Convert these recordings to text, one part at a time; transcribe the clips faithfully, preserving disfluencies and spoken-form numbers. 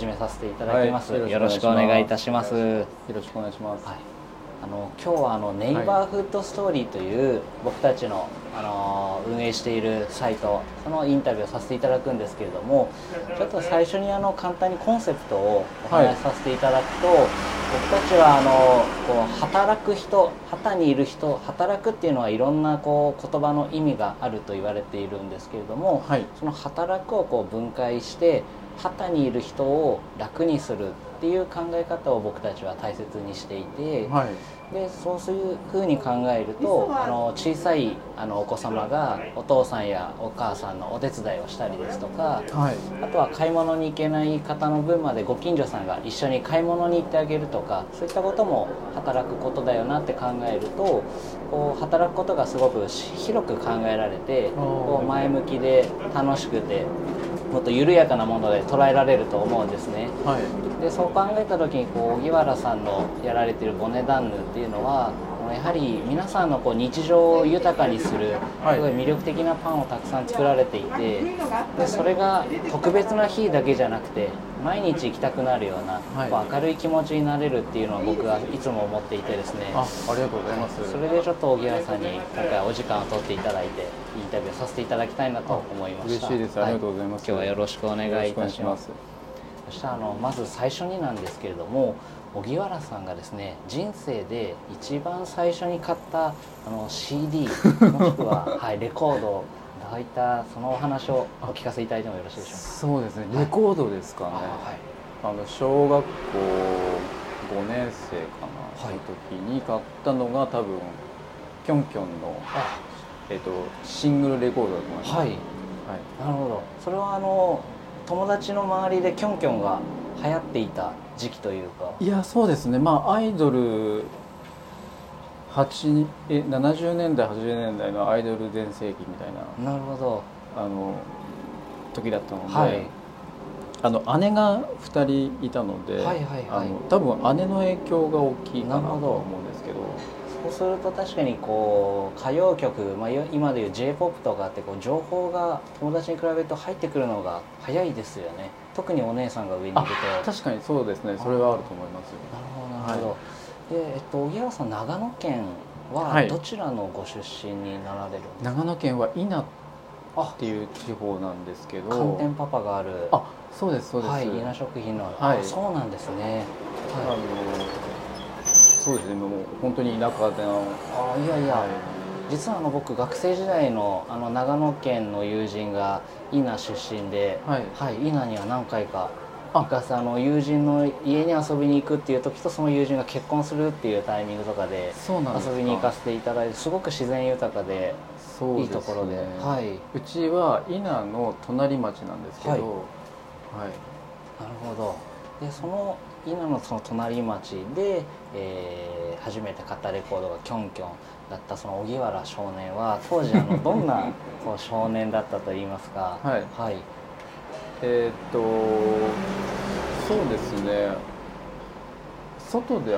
始めさせていただきます。はい、よろしくお願いいたします。よろしくお願いします。 はい、あの今日はあのネイバーフッドストーリーという僕たちの、あの運営しているサイト、そのインタビューをさせていただくんですけれども、ちょっと最初にあの簡単にコンセプトをお話しさせていただくと、はい、僕たちはあのこう働く人、旗にいる人、働くっていうのはいろんなこう言葉の意味があると言われているんですけれども、はい、その働くをこう分解して旗にいる人を楽にするっていう考え方を僕たちは大切にしていて、はい、でそういうふうに考えると、あの小さいあのお子様がお父さんやお母さんのお手伝いをしたりですとか、はい、あとは買い物に行けない方の分までご近所さんが一緒に買い物に行ってあげるとか、そういったことも働くことだよなって考えると、こう働くことがすごく広く考えられて、こう前向きで楽しくてもっと緩やかなもので捉えられると思うんですね。はい、でそう考えた時にこう荻原さんのやられているボネダンヌっていうのは、やはり皆さんのこう日常を豊かにするすごい魅力的なパンをたくさん作られていて、でそれが特別な日だけじゃなくて毎日行きたくなるような、はい、こう明るい気持ちになれるっていうのを僕はいつも思っていてですね。 あ、ありがとうございます。 それでちょっと荻原さんに今回お時間を取っていただいてインタビューさせていただきたいなと思いました。 嬉しいです。ありがとうございます。 はい、今日はよろしくお願いいたします。そしてあのまず最初になんですけれども、荻原さんがですね、人生で一番最初に買ったあの シーディー もしくは、はい、レコード、どういったそのお話をお聞かせいただいてもよろしいでしょうか。 そうですね、レコードですかね。はい、あの小学校ごねんせいかな、はい、の時に買ったのが多分キョンキョンの、えっと、シングルレコードだと思います。はい、はい、 なるほど。それはあの友達の周りでキョンキョンが流行っていた時期というか。 いや、そうですね、まあアイドルはちえななじゅうねんだいはちじゅうねんだいのアイドル全盛期みたいな、 なるほど、 あの時だったので、はい、あの姉がふたりいたので、多分姉の影響が大きいかなと思うんですけど。 そうすると確かにこう歌謡曲、まあ、今でいう ジェイポップ とかってこう情報が友達に比べると入ってくるのが早いですよね。特にお姉さんが上にいると。 確かにそうですね、それはあると思います。 なるほどなるほど。はい、で、えっと、荻原さん、長野県はどちらのご出身になられるんですか。 長野県は伊那っていう地方なんですけど、 寒天パパがある。 あ、そうですそうです。はい、 伊那食品の、はい、そうなんですね。はい、あのそうですね、もう本当に田舎での。 あ、いやいや、はい、実はあの僕学生時代のあの長野県の友人が伊那出身で、はい、はい、伊那には何回か行かせ、あの友人の家に遊びに行くっていう時と、その友人が結婚するっていうタイミングとかで遊びに行かせていただいて、すごく自然豊かでいいところで、 はい、うちは伊那の隣町なんですけど、はい、はい、 なるほど。でその伊那のその隣町で、えー、初めて買ったレコードがキョンキョンだったその荻原少年は当時あのどんなこう少年だったといいますか。はい、はい、 えー、っとそうですね、外で遊ぶ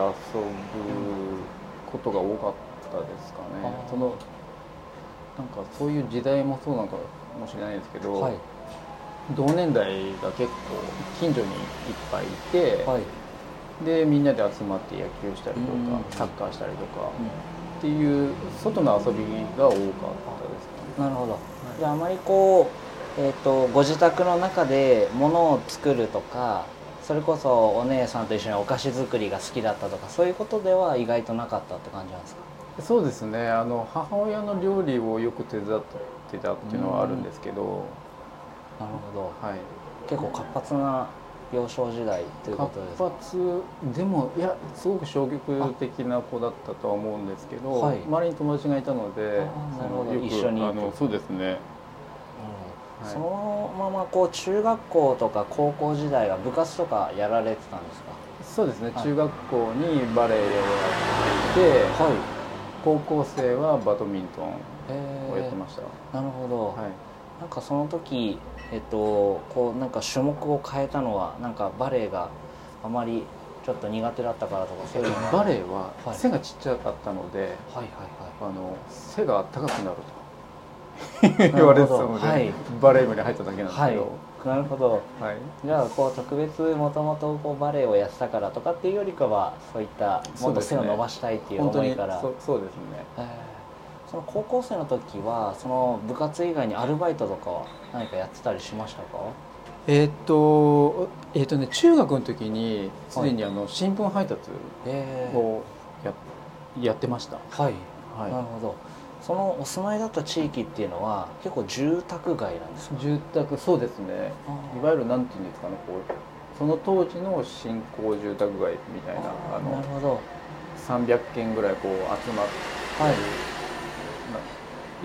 ことが多かったですかね。そのなんかそういう時代もそうなのかもしれないですけど、はい、同年代が結構近所にいっぱいいて、はい、でみんなで集まって野球したりとか、うん、サッカーしたりとか、うん、っていう外の遊びが多かったですかね。 なるほど。はい、じゃああまりこう、えー、とご自宅の中で物を作るとか、それこそお姉さんと一緒にお菓子作りが好きだったとか、そういうことでは意外となかったって感じなんですか。 そうですね、あの母親の料理をよく手伝ってたっていうのはあるんですけど。 なるほど、はい、結構活発な幼少時代ということですか。 活発でも、いや、すごく消極的な子だったとは思うんですけど、はい、周りに友達がいたので、 なるほど、一緒にあのそうですね、 うん、はい、そのままこう中学校とか高校時代は部活とかやられてたんですか。 そうですね、はい、中学校にバレエをやっていて、はい、高校生はバドミントンをやってました。 なるほど、はい、なんかその時、えっと、こうなんか種目を変えたのはなんかバレエがあまりちょっと苦手だったからとか、そういうバレエは背がちっちゃかったので、あの背が高くなると言われてたので、はい、バレエ部に入っただけなんですけど、はい、 なるほど、 はい、 じゃあこう特別もともとこうバレエをやってたからとかっていうよりかはそういったもっと背を伸ばしたいっていう思いから。 そうですね。そうですね、 えー、その高校生の時はその部活以外にアルバイトとかは何かやってたりしましたか？ えー、っとえー、っとね中学の時にすでにあの新聞配達をや、やってました。 はい、はい、なるほど。そのお住まいだった地域っていうのは結構住宅街なんですか？ 住宅、そうですね。いわゆるなんていうんですかね、こうその当時の新興住宅街みたいな、あのなるほどさんびゃくけんぐらいこう集まって、はい、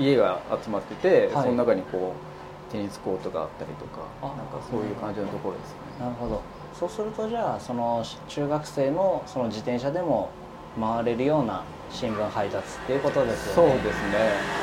家が集まってて、はい、その中にこうテニスコートがあったりとか、なんかそういう感じのところですね。 なるほど。そうするとじゃあその中学生のその自転車でも回れるような新聞配達っていうことですよね。 そうですね。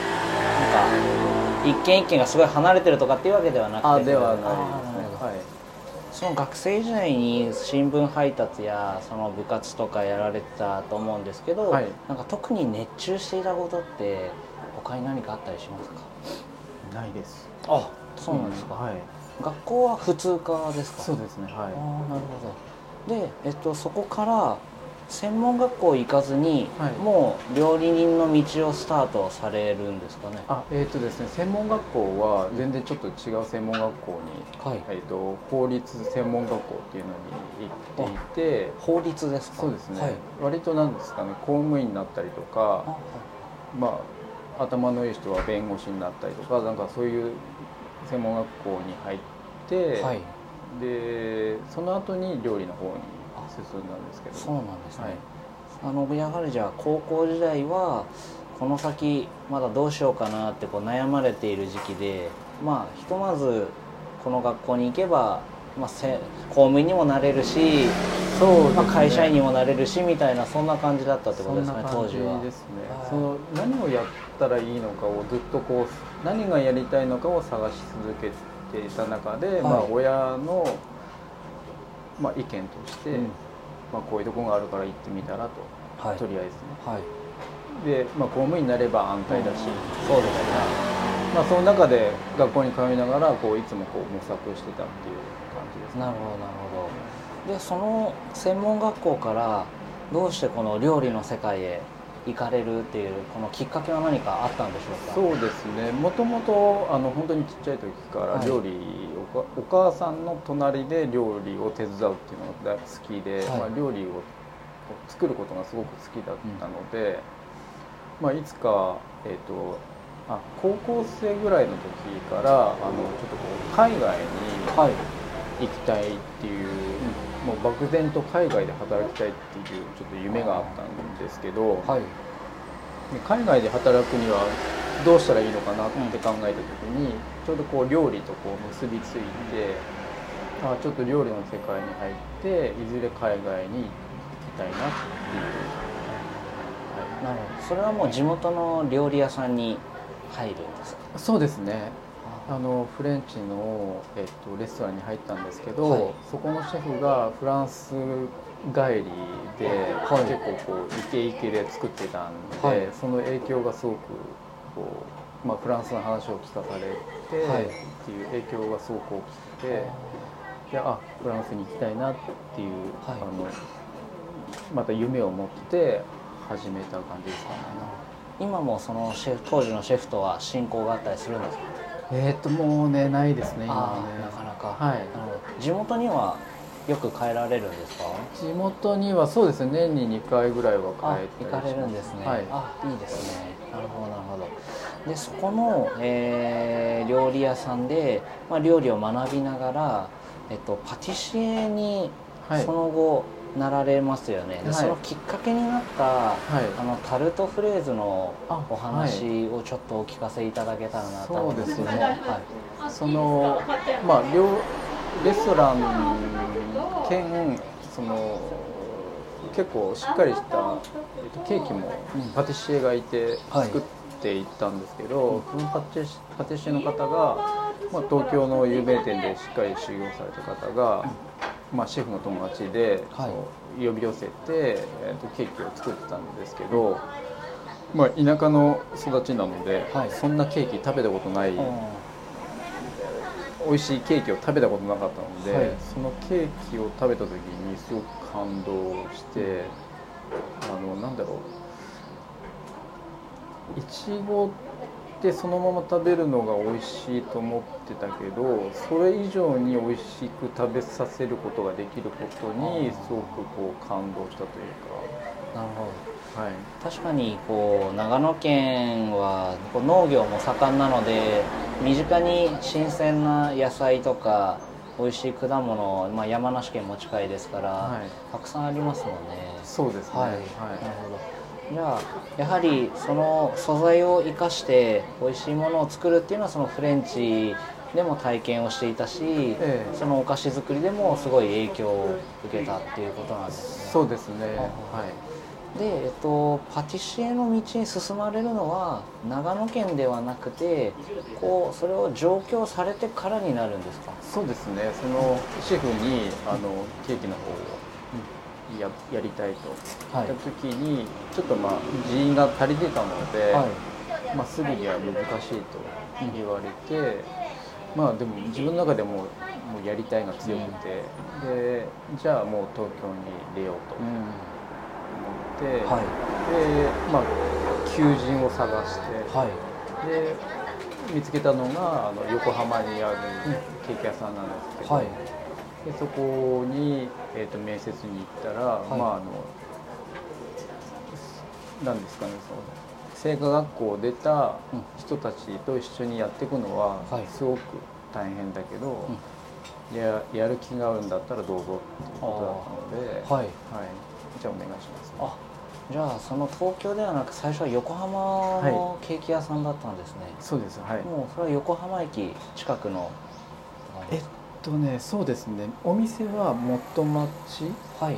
なんか一軒一軒がすごい離れてるとかっていうわけではなくて。 あ、ではないですね。はい。 その学生時代に新聞配達やその部活とかやられてたと思うんですけど、はい、なんか特に熱中していたことって他に何かあったりしますか？ ないです。 あ、そうなんですか。うん、はい。学校は普通科ですか？ そうですね。はい。ああ、なるほど。で、えっとそこから専門学校行かずに、はい、もう料理人の道をスタートされるんですかね？ あ、えーとですね、専門学校は全然ちょっと違う専門学校に、はい、えーと法律専門学校っていうのに行っていて。 法律ですか？ そうですね、はい、割となんですかね、公務員になったりとか、あ、まあ頭のいい人は弁護士になったりとか、なんかそういう専門学校に入って、はい、でその後に料理の方に進んだんですけど。 そうなんですね。はい、あのやはりじゃあ高校時代はこの先まだどうしようかなってこう悩まれている時期で、まあひとまずこの学校に行けば、まあ、せ公務員にもなれるし、そうですね、まあ、会社員にもなれるしみたいな、そんな感じだったってことですね、当時は。 ですね。その何をやったらいいのかをずっとこう何がやりたいのかを探し続けていた中で、はい、まあ親の、まあ、意見として、うん、まあ、こういうところがあるから行ってみたらと、はい、とりあえずね、はい、で、まあ、公務員になれば安泰だし、うん、そうですね、まあ、その中で学校に通いながらこういつもこう模索してたっていう感じですね。 なるほどなるほど。でその専門学校からどうしてこの料理の世界へ行かれるっていうこのきっかけは何かあったんでしょうか？ そうですね、もともとあの本当にちっちゃい時から料理、はい、お, お母さんの隣で料理を手伝うっていうのが好きで、はい、まあ、料理を作ることがすごく好きだったので、うん、まあ、いつか、えーと、あ高校生ぐらいの時からあのちょっとこう海外に行きたいっていう、はい、もう漠然と海外で働きたいっていうちょっと夢があったんですけど、はい、海外で働くにはどうしたらいいのかなって考えた時に、うん、ちょうどこう料理とこう結びついて、あちょっと料理の世界に入っていずれ海外に行きたいなっていう、 はい、なるほど。それはもう地元の料理屋さんに入るんですか？ そうですね、あのフレンチの、えっと、レストランに入ったんですけど、はい、そこのシェフがフランス帰りで、はい、結構こうイケイケで作ってたんで、はい、その影響がすごくこう、まあ、フランスの話を聞かされて、はい、っていう影響がすごく大きくて、いやあフランスに行きたいなっていう、はい、あのまた夢を持って始めた感じですかね。 今もそのシェフ当時のシェフとは親交があったりするんですか？ えっともうねないですね今はね。 なかなか、はい、地元にはよく帰られるんですか？ 地元にはそうですね、年ににかいぐらいは帰ったりします。行かれるんですね。はい、あ、いいですね。なるほどなるほど。でそこの、えー、料理屋さんで、まあ、料理を学びながら、えっと、パティシエにその後、はい、なられますよね。で、はい、そのきっかけになった、はい、あのタルトフレーズのお話をちょっとお聞かせいただけたらなと思うんですけども、はい、 そのまあ料レストラン兼その結構しっかりした、えっと、ケーキもパティシエがいて作っていったんですけど、はい、そのパティシ、パティシエの方が、まあ、東京の有名店でしっかり修行された方が、まあ、シェフの友達で、はい、呼び寄せて、えっと、ケーキを作ってたんですけど、まあ、田舎の育ちなので、はい、そんなケーキ食べたことない、 美味しいケーキを食べたことなかったので、はい、そのケーキを食べた時にすごく感動して、あのなんだろう、いちごってそのまま食べるのが美味しいと思ってたけど、それ以上に美味しく食べさせることができることにすごくこう感動したというか。 なるほど、はい、確かにこう長野県はこう農業も盛んなので、身近に新鮮な野菜とか美味しい果物、まあ、山梨県も近いですから、はい、たくさんありますもんね。 そうですね、はい、はい、なるほど。じゃあやはりその素材を生かして美味しいものを作るっていうのはそのフレンチでも体験をしていたし、ええ、そのお菓子作りでもすごい影響を受けたっていうことなんですね。 そうですね、はい。 で、えっと、パティシエの道に進まれるのは長野県ではなくて、こうそれを上京されてからになるんですか？ そうですね、そのシェフにあのケーキの方をや, やりたいと言った時に、はい、ちょっとまあ人員が足りてたので、はい、まあ、すぐには難しいと言われて、うん、まあでも自分の中でももうやりたいが強くて、うん、でじゃあもう東京に出ようと思って、うん、はい、でまあ求人を探して、はい、で見つけたのがあの横浜にあるケーキ屋さんなんですけど、はい、でそこに、えー、と面接に行ったら、はい、まああのなんですかね、その製菓学校を出た人たちと一緒にやっていくのはすごく大変だけど、うん、や, やる気があるんだったらどうぞっていうことだったので、はいはい、じゃあお願いします、ね。 あ、じゃあその東京ではなく最初は横浜のケーキ屋さんだったんですね。はい、 そうです、はい。 もうそれは横浜駅近くのえっとねそうですね、お店は元町にあって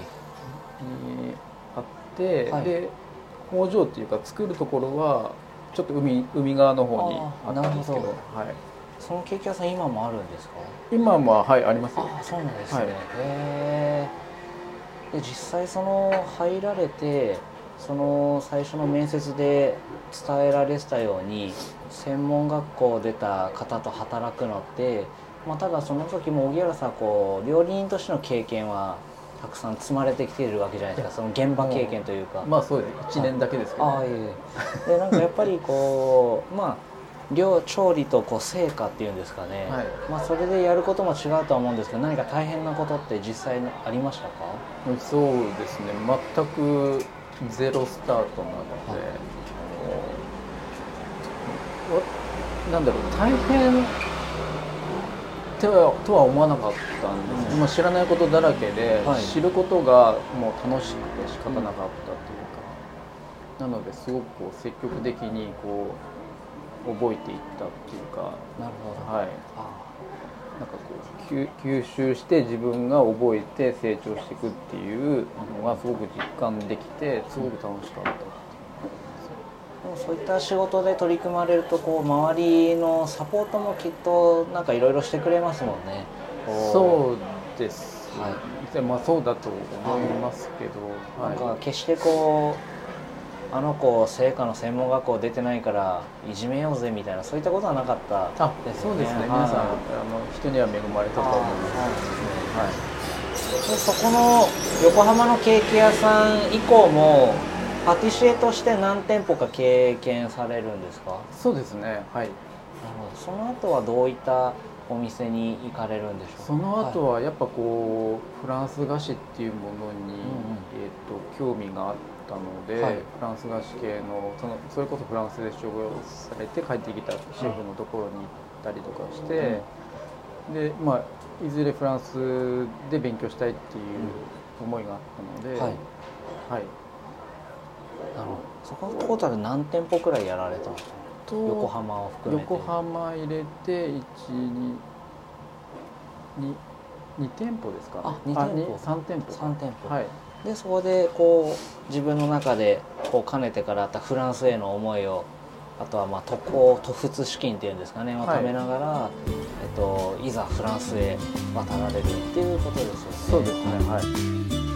、はい、で工場っていうか作るところはちょっと 海, 海側の方にあったんですけど、はい、 そのケーキ屋さん今もあるんですか？ 今もはいありますよ。 あ、そうなんですね、はい、へー。で実際その入られてその最初の面接で伝えられてたように専門学校出た方と働くのって、まあ、ただその時も荻原さんこう料理人としての経験はたくさん積まれてきているわけじゃないですか。その現場経験というか、 まあそうです、いちねんだけですけど、 ああ、いえでなんかやっぱりこうまあ料調理とこう成果っていうんですかね、はい、まあ、それでやることも違うとは思うんですけど、何か大変なことって実際ありましたか？ そうですね、全くゼロスタートなので、はい、なんだろう、大変とは、とは思わなかったんです、うん、まあ、知らないことだらけで、はい、知ることがもう楽しくて仕方なかったというか、うん、なのですごくこう積極的にこう覚えていったっていうか。 なるほど、はい、 なんかこう吸収して自分が覚えて成長していくっていうのがすごく実感できてすごく楽しかった。でもそういった仕事で取り組まれるとこう周りのサポートもきっとなんかいろいろしてくれますもんね。 そうです、はい、まあそうだと思いますけど、 はい、なんか決してこうあの子成果の専門学校出てないからいじめようぜみたいなそういったことはなかったですよね。 そうですね、皆さんあの人には恵まれたと思います。 でそこの横浜のケーキ屋さん以降もパティシエとして何店舗か経験されるんですか？ そうですね、はい。 その後はどういったお店に行かれるんでしょうか？ その後はやっぱこうフランス菓子っていうものに、うんうん、えー、と興味があったので、はい、フランス菓子系の そのそれこそフランスで修行されて帰ってきたシェフのところに行ったりとかして、うん、でまあいずれフランスで勉強したいっていう思いがあったので、はい、はい、 なるほど。そこのトータル何店舗くらいやられたんですか？横浜を含めて。 横浜入れていち、に、に、に店舗ですか？ あ、に店舗、 さん店舗、 さん店舗、 はい。でそこでこう自分の中でこうかねてからあったフランスへの思いを、あとはまあ渡航渡仏資金っていうんですかね、をためながら、はい、えっといざフランスへ渡られるっていうことですよね。 そうですね、はい。